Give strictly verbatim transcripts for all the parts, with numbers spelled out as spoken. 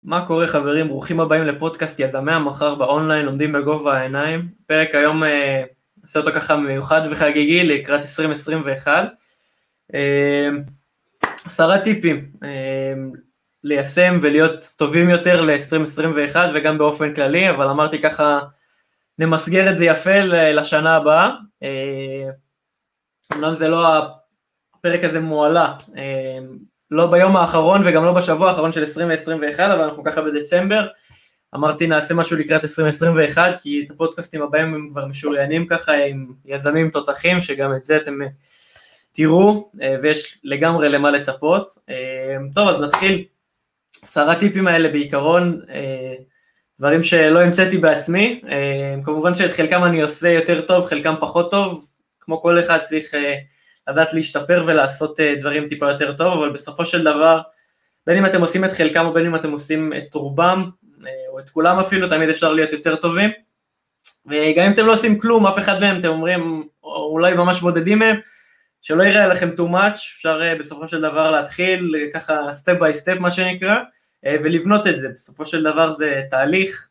מה קורה חברים, ברוכים הבאים לפודקאסט יזמי המחר באונליין, לומדים בגובה העיניים. פרק היום אה, עושה אותו ככה מיוחד וחגיגי לקראת עשרים עשרים ואחת. אה, עשרה טיפים אה, ליישם ולהיות טובים יותר ל-עשרים עשרים ואחת וגם באופן כללי, אבל אמרתי ככה נמסגר את זה יפה לשנה הבאה. אה, אמנם זה לא הפרק הזה מועלה, אה, לא ביום האחרון וגם לא בשבוע האחרון של עשרים עשרים ואחת, אבל אנחנו ככה בדצמבר, אמרתי נעשה משהו לקראת עשרים עשרים ואחת, כי את הפודקאסטים הבאים הם כבר משוריינים ככה עם יזמים תותחים, שגם את זה אתם תראו, ויש לגמרי למה לצפות. טוב, אז נתחיל. עשרה טיפים האלה בעיקרון, דברים שלא המצאתי בעצמי, כמובן שאת חלקם אני עושה יותר טוב, חלקם פחות טוב, כמו כל אחד צריך לדעת להשתפר ולעשות דברים טיפה יותר טוב, אבל בסופו של דבר, בין אם אתם עושים את חלקם או בין אם אתם עושים את רובם, או את כולם אפילו, תמיד אפשר להיות יותר טובים, וגם אם אתם לא עושים כלום, אף אחד מהם, אתם אומרים, או אולי ממש בודדים מהם, שלא יראה לכם too much, אפשר בסופו של דבר להתחיל, ככה step by step מה שנקרא, ולבנות את זה, בסופו של דבר זה תהליך,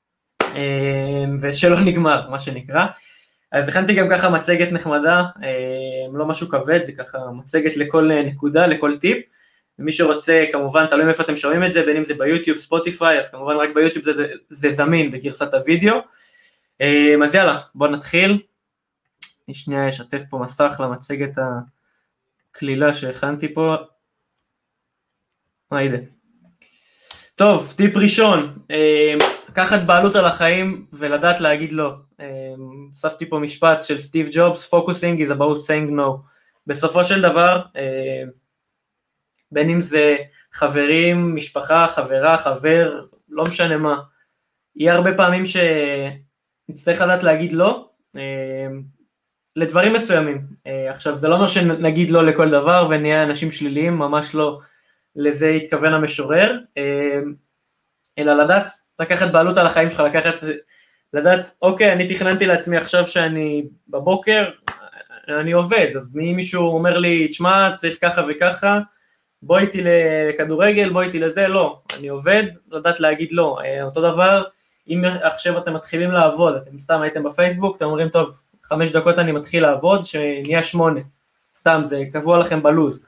ושלא נגמר, מה שנקרא. אז הכנתי גם ככה מצגת נחמדה, לא משהו כבד, זה ככה מצגת לכל נקודה, לכל טיפ, ומי שרוצה כמובן, תלוי איפה אתם שומעים את זה, בין אם זה ביוטיוב, ספוטיפיי, אז כמובן רק ביוטיוב זה, זה, זה זמין בגרסת הוידאו. אז יאללה, בואו נתחיל. אני שנייה אשתף פה מסך למצגת הכלילה שהכנתי פה. מה ידע? טוב, טיפ ראשון, לקחת בעלות על החיים ולדעת להגיד לא. הוספתי פה משפט של סטיב ג'ובס, focusing is about saying no. בסופו של דבר, בין אם זה חברים, משפחה, חברה, חבר, לא משנה מה, יהיה הרבה פעמים שנצטרך לדעת להגיד לא, לדברים מסוימים. עכשיו, זה לא אומר שנגיד לא לכל דבר ונהיה אנשים שליליים, ממש לא לזה התכוון המשורר, אלא לדעת לקחת בעלות על החיים שלך, לקחת, לדעת, אוקיי, אני תכננתי לעצמי עכשיו שאני בבוקר, אני עובד, אז מי מישהו אומר לי, תשמע, צריך ככה וככה, בוא איתי לכדורגל, בוא איתי לזה, לא, אני עובד, לדעת להגיד לא. אותו דבר, אם עכשיו אתם מתחילים לעבוד, אתם סתם הייתם בפייסבוק, אתם אומרים, טוב, חמש דקות אני מתחיל לעבוד, שנהיה שמונה, סתם, זה קבוע לכם בלוז.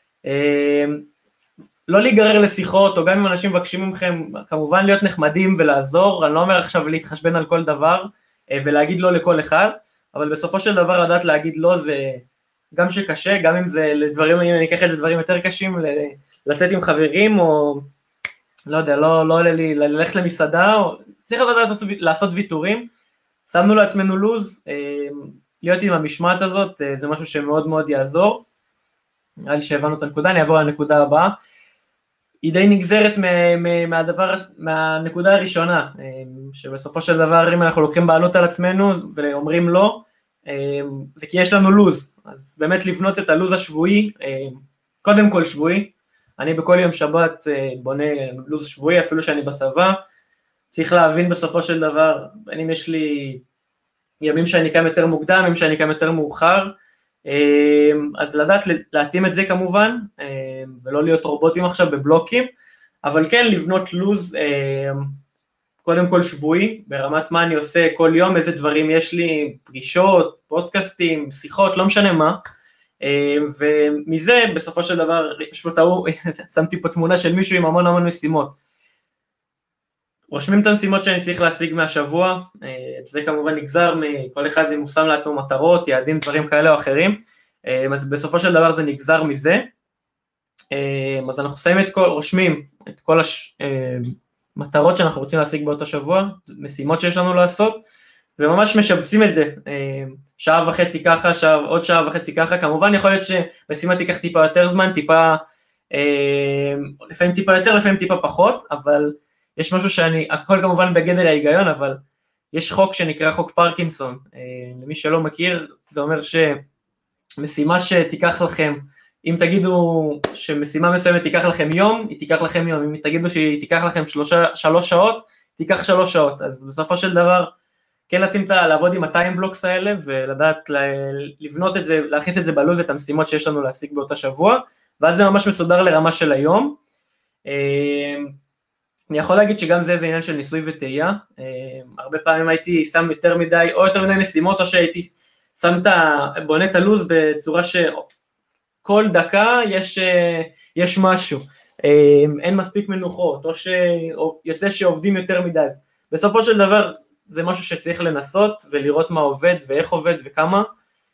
לא להיגרר לשיחות, או גם אם אנשים מבקשים מכם, כמובן להיות נחמדים ולעזור, אני לא אומר עכשיו להתחשבן על כל דבר, ולהגיד לא לכל אחד, אבל בסופו של דבר לדעת להגיד לא זה גם שקשה, גם אם זה לדברים, אם אני אקח את הדברים יותר קשים, לצאת עם חברים, או לא יודע, לא, לא לי, ללכת למסעדה, או צריך לדעת לעשות, לעשות ויתורים, שמנו לעצמנו לוז, להיות עם המשמעת הזאת, זה משהו שמאוד מאוד יעזור, נראה לי שהבנו את הנקודה, אני אעבור לנקודה הבאה, היא די נגזרת מהדבר, מהנקודה הראשונה, שבסופו של דבר אם אנחנו לוקחים בעלות על עצמנו ואומרים לא, זה כי יש לנו לוז, אז באמת לבנות את הלוז השבועי, קודם כל שבועי, אני בכל יום שבת בונה לוז שבועי, אפילו שאני בצבא, צריך להבין בסופו של דבר, אם יש לי ימים שאני קם יותר מוקדם, ימים שאני קם יותר מאוחר, אז לדעת להתאים את זה כמובן, ולא להיות רובוטים עכשיו בבלוקים, אבל כן לבנות לוז, קודם כל שבועי, ברמת מה אני עושה כל יום, איזה דברים יש לי, פגישות, פודקאסטים, שיחות, לא משנה מה, ומזה בסופו של דבר, שמתי פה תמונה של מישהו עם המון המון משימות, רושמים את המשימות שאני צריך להשיג מהשבוע, זה כמובן נגזר מכל אחד אם הוא שם לעצמו מטרות, יעדים, דברים כאלה או אחרים, אז בסופו של דבר זה נגזר מזה, אז אנחנו שמים את כל, רושמים את כל המטרות שאנחנו רוצים להשיג באותו שבוע, משימות שיש לנו לעשות, וממש משבצים את זה, שעה וחצי ככה, שעה, עוד שעה וחצי ככה, כמובן יכול להיות שמשימה תיקח טיפה יותר זמן, טיפה, לפעמים טיפה יותר, לפעמים טיפה פחות, אבל יש משהו שאני, הכל כמובן בגדר ההיגיון, אבל יש חוק שנקרא חוק פרקינסון, למי שלא מכיר, זה אומר שמשימה שתיקח לכם, אם תגידו שמשימה מסוימת תיקח לכם יום, היא תיקח לכם יום, אם תגידו שהיא תיקח לכם שלושה, שלוש שעות, תיקח שלוש שעות, אז בסופו של דבר, כן לשים את, לעבוד עם ה-time blocks האלה, ולדעת לבנות את זה, להכניס את זה בלוז, את המשימות שיש לנו להשיג באותה שבוע, ואז זה ממש מסודר לרמה של היום, אני יכול להגיד שגם זה זה עניין של ניסוי וטעייה, הרבה פעמים הייתי שם יותר מדי, או יותר מדי משימות, או שהייתי שם את ה... בונה את הלוז בצורה שכל דקה יש, יש משהו, אין מספיק מנוחות, או שיוצא שעובדים יותר מדי, אז בסופו של דבר זה משהו שצריך לנסות ולראות מה עובד ואיך עובד וכמה,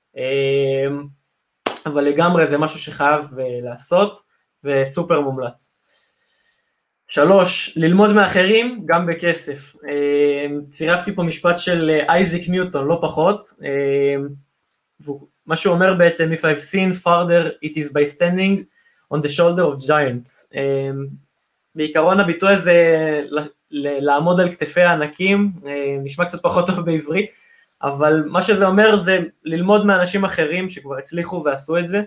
אבל לגמרי זה משהו שחייב לעשות וסופר מומלץ. שלוש, ללמוד מאחרים גם בכסף. צירפתי פה משפט של אייזיק ניוטון, לא פחות, מה שהוא אומר בעצם, if I've seen farther it is by standing on the shoulder of giants. בעיקרון הביטוי הזה לעמוד על כתפי הענקים, נשמע קצת פחות טוב בעברית, אבל מה שזה אומר זה ללמוד מאנשים אחרים שכבר הצליחו ועשו את זה,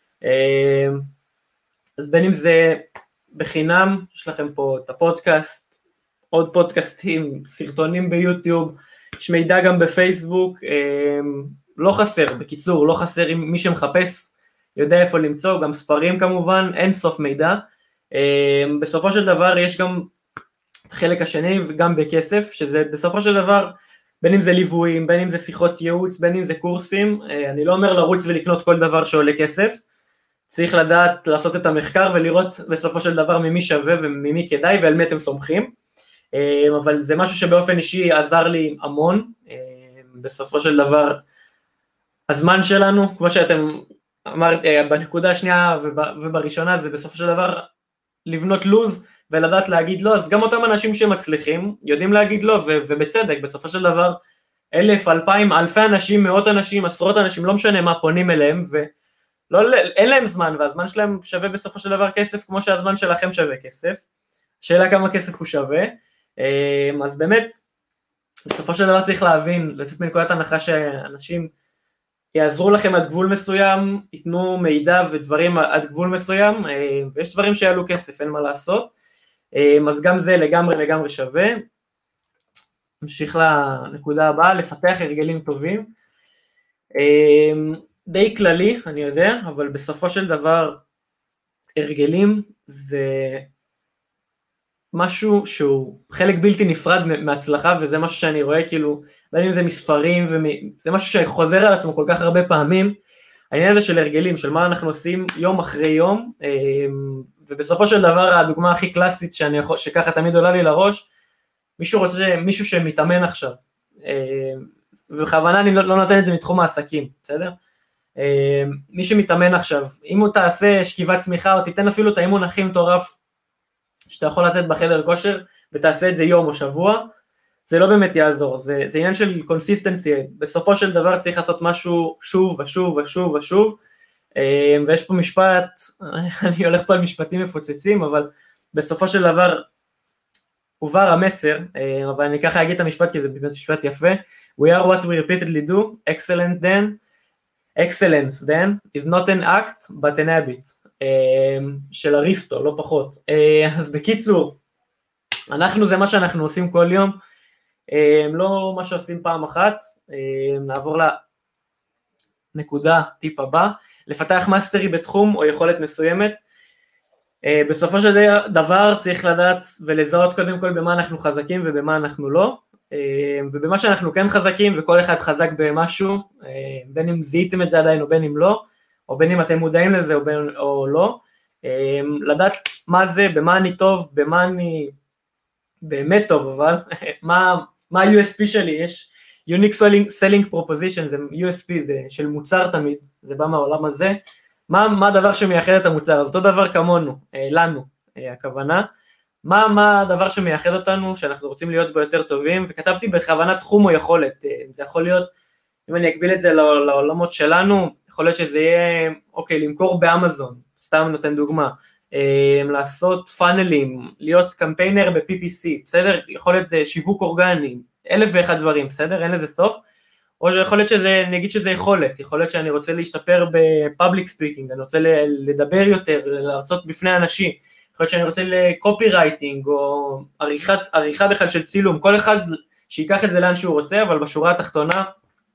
אז בין אם זה בחינם, יש לכם פה את הפודקאסט, עוד פודקאסטים, סרטונים ביוטיוב, יש מידע גם בפייסבוק, לא חסר, בקיצור, לא חסר, אם מי שמחפש יודע איפה למצוא, גם ספרים כמובן, אין סוף מידע, בסופו של דבר יש גם חלק השני וגם בכסף, שזה בסופו של דבר, בין אם זה ליוויים, בין אם זה שיחות ייעוץ, בין אם זה קורסים, אני לא אומר לרוץ ולקנות כל דבר שעולה כסף, צריך לדעת לעשות את המחקר ולראות בסופו של דבר ממי שווה וממי כדאי ועל מי אתם סומכים, אבל זה משהו שבאופן אישי עזר לי המון, בסופו של דבר הזמן שלנו, כמו שאתם אמרת, בנקודה השנייה ובראשונה זה בסופו של דבר לבנות לוז ולדעת להגיד לא, אז גם אותם אנשים שמצליחים יודעים להגיד לא, ובצדק, בסופו של דבר אלף, אלפיים, אלפי אנשים, מאות אנשים, עשרות אנשים, לא משנה מה פונים אליהם, ולא, אין להם זמן, והזמן שלהם שווה בסופו של דבר כסף, כמו שהזמן שלכם שווה כסף, שאלה כמה כסף הוא שווה, אז באמת, בסופו של דבר צריך להבין, לצאת מנקודת הנחה שאנשים יעזרו לכם עד גבול מסוים, ייתנו מידע ודברים עד גבול מסוים, ויש דברים שיעלו כסף, אין מה לעשות, אז גם זה לגמרי לגמרי שווה. נמשיך לנקודה הבאה, לפתח הרגלים טובים, די כללי אני יודע, אבל בסופו של דבר הרגלים זה משהו שהוא חלק בלתי נפרד מהצלחה, וזה משהו שאני רואה כאילו, בין אם זה מספרים, וזה משהו שחוזר על עצמו כל כך הרבה פעמים, העניין הזה של הרגלים, של מה אנחנו עושים יום אחרי יום, ובסופו של דבר הדוגמה הכי קלאסית שאני יכול, שככה תמיד עולה לי לראש, מישהו רוצה, מישהו שמתאמן עכשיו, ובכוונה אני לא נותן את זה מתחום העסקים, בסדר? מי שמתאמן עכשיו, אם הוא תעשה שכיבת צמיחה, או תיתן אפילו את האימון הכי מטורף, שאתה יכול לתת בחדר כושר, ותעשה את זה יום או שבוע, זה לא באמת יעזור, זה, זה עניין של קונסיסטנסי, בסופו של דבר צריך לעשות משהו שוב ושוב ושוב ושוב, ויש פה משפט, אני הולך פה על משפטים מפוצצים, אבל בסופו של דבר, עובר המסר, אבל אני ככה אגיד את המשפט, כי זה באמת משפט יפה, we are what we repeatedly do, excellent then, excellence then, is not an act, but an habit, של אריסטו, לא פחות, אז בקיצור, אנחנו זה מה שאנחנו עושים כל יום, לא מה שעושים פעם אחת, נעבור לנקודה טיפ הבא, לפתח מאסטרי בתחום או יכולת מסוימת, בסופו של דבר צריך לדעת ולזהות קודם כל במה אנחנו חזקים ובמה אנחנו לא, ובמה שאנחנו כן חזקים וכל אחד חזק במשהו, בין אם זיהיתם את זה עדיין או בין אם לא, או בין אם אתם מודעים לזה או, בין, או לא, לדעת מה זה, במה אני טוב, במה אני באמת טוב, אבל מה, מה ה-יו אס פי שלי, יש Unique Selling, Selling Proposition, זה יו אס פי, זה של מוצר תמיד, זה בא מהעולם הזה, מה, מה הדבר שמייחד את המוצר, אז אותו דבר כמונו, לנו, הכוונה, מה, מה הדבר שמייחד אותנו, שאנחנו רוצים להיות בו יותר טובים, וכתבתי בכוונה תחום או יכולת, זה יכול להיות, אם אני אקביל את זה לעולמות שלנו, יכול להיות שזה יהיה, אוקיי, למכור באמזון, סתם נותן דוגמה, לעשות פאנלים, להיות קמפיינר ב-פי פי סי, בסדר? יכול להיות שיווק אורגני, אלף ואחד דברים, בסדר? אין לזה סוף, או שיכול להיות שזה, אני אגיד שזה יכולת, יכול להיות שאני רוצה להשתפר בפאבליק ספיקינג, אני רוצה לדבר יותר, להרצות בפני אנשים, יכול להיות שאני רוצה לקופי רייטינג, או עריכת, עריכה בכלל של צילום, כל אחד שיקח את זה לאן שהוא רוצה, אבל בשורה התחתונה,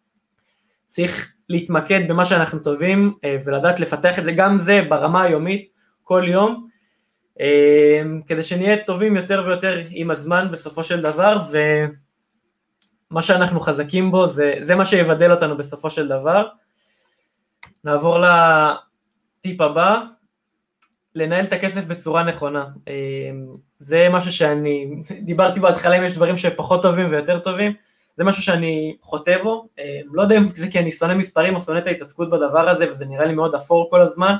צריך להתמקד במה שאנחנו טובים, ולדעת לפתח את זה, גם זה ברמה היומית, כל יום, כדי שנהיה טובים יותר ויותר עם הזמן בסופו של דבר, ומה שאנחנו חזקים בו זה, זה מה שיבדל אותנו בסופו של דבר. נעבור לטיפ הבא, לנהל את הכסף בצורה נכונה. זה משהו שאני, דיברתי בהתחלה אם יש דברים שפחות טובים ויותר טובים, זה משהו שאני חוטא בו, לא יודע אם זה כי אני שונא מספרים או שונא את ההתעסקות בדבר הזה, וזה נראה לי מאוד אפור כל הזמן.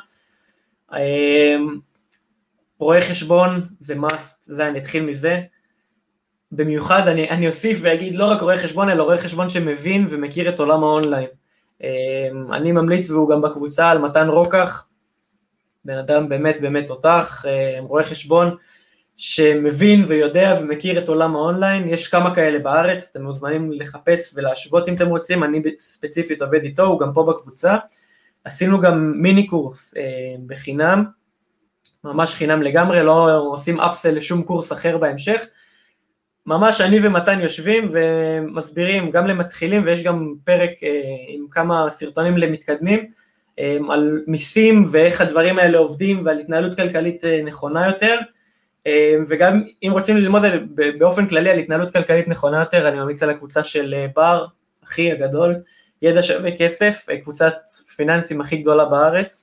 רואה חשבון זה must, זה אני אתחיל מזה, במיוחד אני, אני אוסיף ואגיד לא רק רואה חשבון, אלא רואה חשבון שמבין ומכיר את עולם האונליין. אני ממליץ והוא גם בקבוצה על מתן רוקח, בן אדם באמת באמת אותך, רואה חשבון שמבין ויודע ומכיר את עולם האונליין, יש כמה כאלה בארץ, אתם מוזמנים לחפש ולהשוות אם אתם רוצים, אני ספציפית עובד איתו, הוא גם פה בקבוצה, עשינו גם מיני קורס בחינם, ממש חינם לגמרי, לא עושים אפסל לשום קורס אחר בהמשך, ממש אני ומתן יושבים ומסבירים גם למתחילים, ויש גם פרק עם כמה סרטונים למתקדמים, על מיסים ואיך הדברים האלה עובדים, ועל התנהלות כלכלית נכונה יותר, וגם אם רוצים ללמוד באופן כללי על התנהלות כלכלית נכונה יותר, אני ממליץ על הקבוצה של בר, הכי הגדול, ידע שווה כסף, קבוצת פיננסים הכי גדולה בארץ,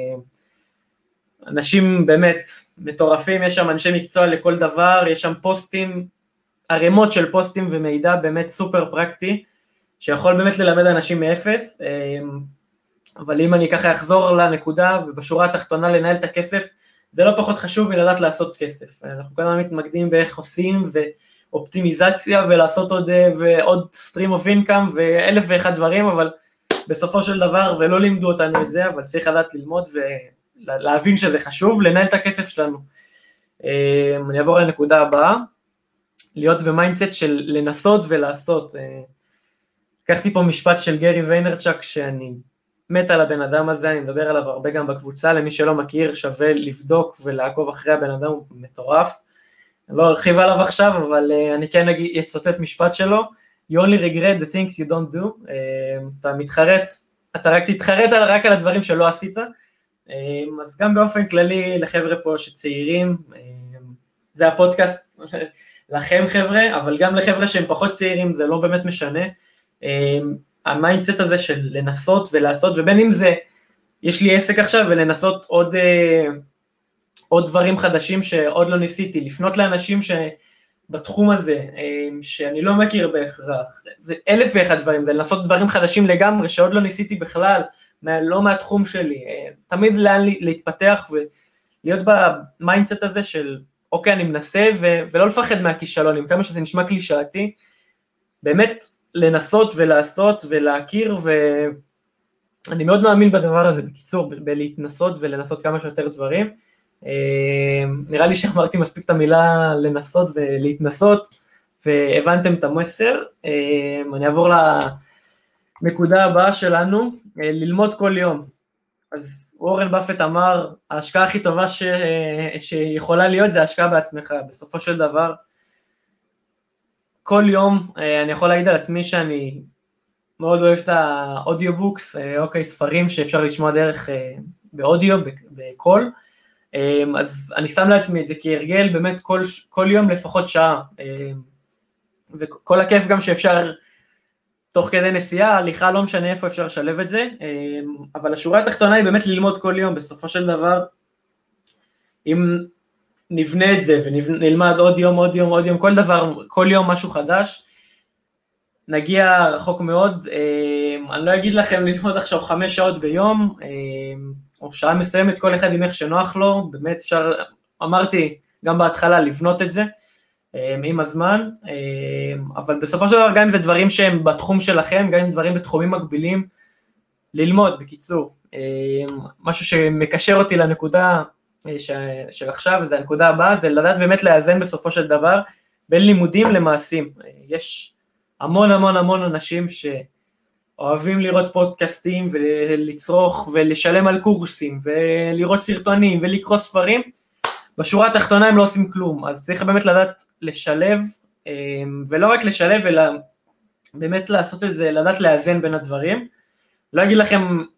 אנשים באמת מטורפים, יש שם אנשי מקצוע לכל דבר, יש שם פוסטים, ערימות של פוסטים ומידע באמת סופר פרקטי, שיכול באמת ללמד אנשים מאפס, אבל אם אני ככה אחזור לנקודה, ובשורה התחתונה לנהל את הכסף, זה לא פחות חשוב מלדעת לעשות כסף, אנחנו כל הזמן מתמקדים באיך עושים, ואופטימיזציה, ולעשות עוד, ועוד stream of income, ואלף ואחד דברים, אבל בסופו של דבר, ולא לימדו אותנו את זה, אבל צריך לדעת ללמוד, ולהבין שזה חשוב, לנהל את הכסף שלנו. אני אעבור לנקודה הבאה, להיות במיינדסט של לנסות ולעשות. לקחתי פה משפט של גרי ויינרצ'ק, שאני מת על הבן אדם הזה, אני מדבר עליו הרבה גם בקבוצה, למי שלא מכיר שווה לבדוק ולעקוב אחרי הבן אדם, הוא מטורף, אני לא ארחיב עליו עכשיו, אבל אני כן אצטט משפט שלו, you only regret the things you don't do, אתה מתחרט, אתה רק תתחרט רק על הדברים שלא עשית, אז גם באופן כללי לחבר'ה פה שצעירים, זה הפודקאסט לכם חבר'ה, אבל גם לחבר'ה שהם פחות צעירים, זה לא באמת משנה, המיינדסט הזה של לנסות ולעשות, ובין אם זה, יש לי עסק עכשיו ולנסות עוד, עוד דברים חדשים שעוד לא ניסיתי, לפנות לאנשים שבתחום הזה, שאני לא מכיר בהכרח, זה אלף ואחד דברים, זה לנסות דברים חדשים לגמרי, שעוד לא ניסיתי בכלל, לא מהתחום שלי, תמיד לאן להתפתח ולהיות במיינדסט הזה של, אוקיי, אני מנסה ו- ולא לפחד מהכישלונים, כמה שזה נשמע קלישאתי, באמת לנסות ולעשות ולהכיר, ואני מאוד מאמין בדבר הזה, בקיצור, ב- בלהתנסות ולנסות כמה שיותר דברים, נראה לי שאמרתי מספיק את המילה לנסות ולהתנסות, והבנתם את המסר, אני אעבור לנקודה הבאה שלנו, ללמוד כל יום. אז וורן באפט אמר, ההשקעה הכי טובה ש... שיכולה להיות זה ההשקעה בעצמך, בסופו של דבר, כל יום, אני יכול להעיד על עצמי שאני מאוד אוהב את האודיובוקס, אוקיי, ספרים שאפשר לשמוע דרך באודיו, בקול, אז אני שם לעצמי את זה כהרגל, באמת כל, כל יום לפחות שעה, וכל הכיף גם שאפשר, תוך כדי נסיעה, הליכה, לא משנה איפה אפשר לשלב את זה, אבל השורה התחתונה היא באמת ללמוד כל יום, בסופו של דבר, אם נבנה את זה ונלמד עוד יום, עוד יום, עוד יום, כל דבר, כל יום משהו חדש, נגיע רחוק מאוד, אני לא אגיד לכם ללמוד עכשיו חמש שעות ביום, או שעה מסוימת, כל אחד עם איך שנוח לו, באמת אפשר, אמרתי גם בהתחלה, לבנות את זה, עם הזמן, אבל בסופו של דבר גם אם זה דברים שהם בתחום שלכם, גם אם דברים בתחומים מקבילים, ללמוד בקיצור, משהו שמקשר אותי לנקודה של עכשיו, וזה הנקודה הבאה, זה לדעת באמת לאזן בסופו של דבר, בין לימודים למעשים, יש המון המון המון אנשים שאוהבים לראות פודקאסטים, ולצרוך ולשלם על קורסים, ולראות סרטונים ולקרוא ספרים, בשורה התחתונה הם לא עושים כלום, אז צריך באמת לדעת לשלב, ולא רק לשלב, אלא באמת לעשות את זה, לדעת לאזן בין הדברים, לא אגיד לכם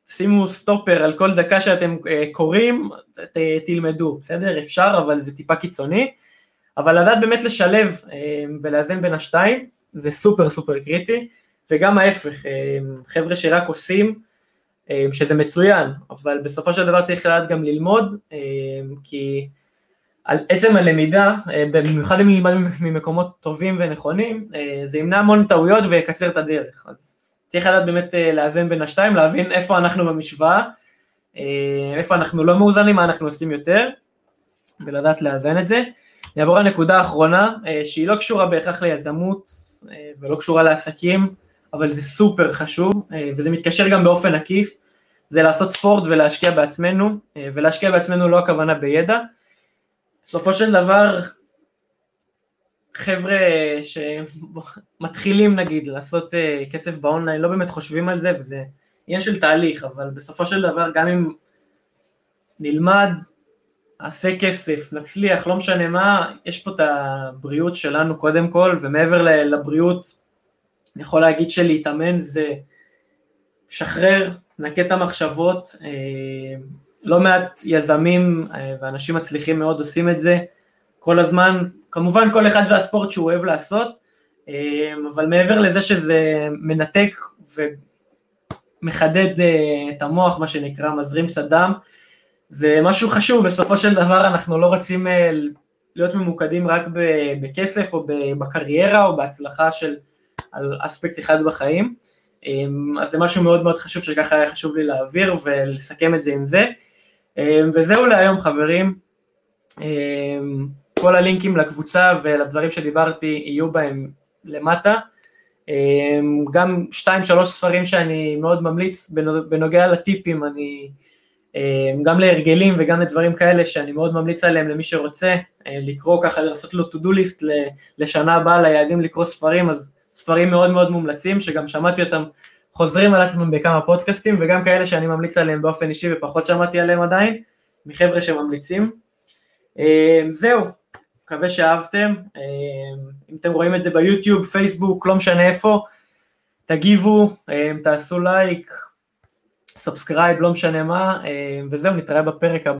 שימו סטופר על כל דקה שאתם קוראים, ת, תלמדו, בסדר? אפשר, אבל זה טיפה קיצוני, אבל לדעת באמת לשלב ולאזן בין השתיים, זה סופר סופר קריטי, וגם ההפך, חבר'ה שרק עושים, שזה מצוין, אבל בסופו של דבר צריך לדעת גם ללמוד, כי על עצם הלמידה, במיוחד אם נלמד ממקומות טובים ונכונים, זה ימנע המון טעויות ויקצר את הדרך, אז צריך לדעת באמת לאזן בין השתיים, להבין איפה אנחנו במשוואה, איפה אנחנו לא מאוזנים, מה אנחנו עושים יותר, ולדעת לאזן את זה. נעבור לנקודה האחרונה, שהיא לא קשורה בהכרח ליזמות, ולא קשורה לעסקים, אבל זה סופר חשוב, וזה מתקשר גם באופן עקיף, זה לעשות ספורט ולהשקיע בעצמנו, ולהשקיע בעצמנו לא הכוונה בידע. בסופו של דבר, חבר'ה שמתחילים נגיד לעשות כסף באונליין, לא באמת חושבים על זה, וזה עניין של תהליך, אבל בסופו של דבר גם אם נלמד, עשה כסף, נצליח, לא משנה מה, יש פה את הבריאות שלנו קודם כל, ומעבר לבריאות, אני יכול להגיד שלהתאמן זה שחרר, נקה את המחשבות, לא מעט יזמים ואנשים מצליחים מאוד עושים את זה, כל הזמן, כמובן כל אחד והספורט שהוא אוהב לעשות, אבל מעבר לזה שזה מנתק ומחדד את המוח, מה שנקרא, מזרים סדם, זה משהו חשוב, בסופו של דבר אנחנו לא רוצים להיות ממוקדים רק בכסף או בקריירה או בהצלחה של על אספקט אחד בחיים, אז זה משהו מאוד מאוד חשוב שככה היה חשוב לי להעביר ולסכם את זה עם זה, וזהו להיום חברים, כל הלינקים לקבוצה ולדברים שדיברתי יהיו בהם למטה, גם שתיים שלוש ספרים שאני מאוד ממליץ בנוגע לטיפים, אני גם להרגלים וגם לדברים כאלה שאני מאוד ממליץ עליהם למי שרוצה לקרוא ככה, לעשות לו to do list לשנה הבאה ליעדים לקרוא ספרים, אז ספרים מאוד מאוד מומלצים שגם שמעתי אותם חוזרים על עצמם בכמה פודקאסטים, וגם כאלה שאני ממליץ עליהם באופן אישי ופחות שמעתי עליהם עדיין, מחבר'ה שממליצים. זהו, מקווה שאהבתם, אם אתם רואים את זה ביוטיוב, פייסבוק, לא משנה איפה, תגיבו, תעשו לייק, סאבסקרייב, לא משנה מה, וזהו, נתראה בפרק הבא.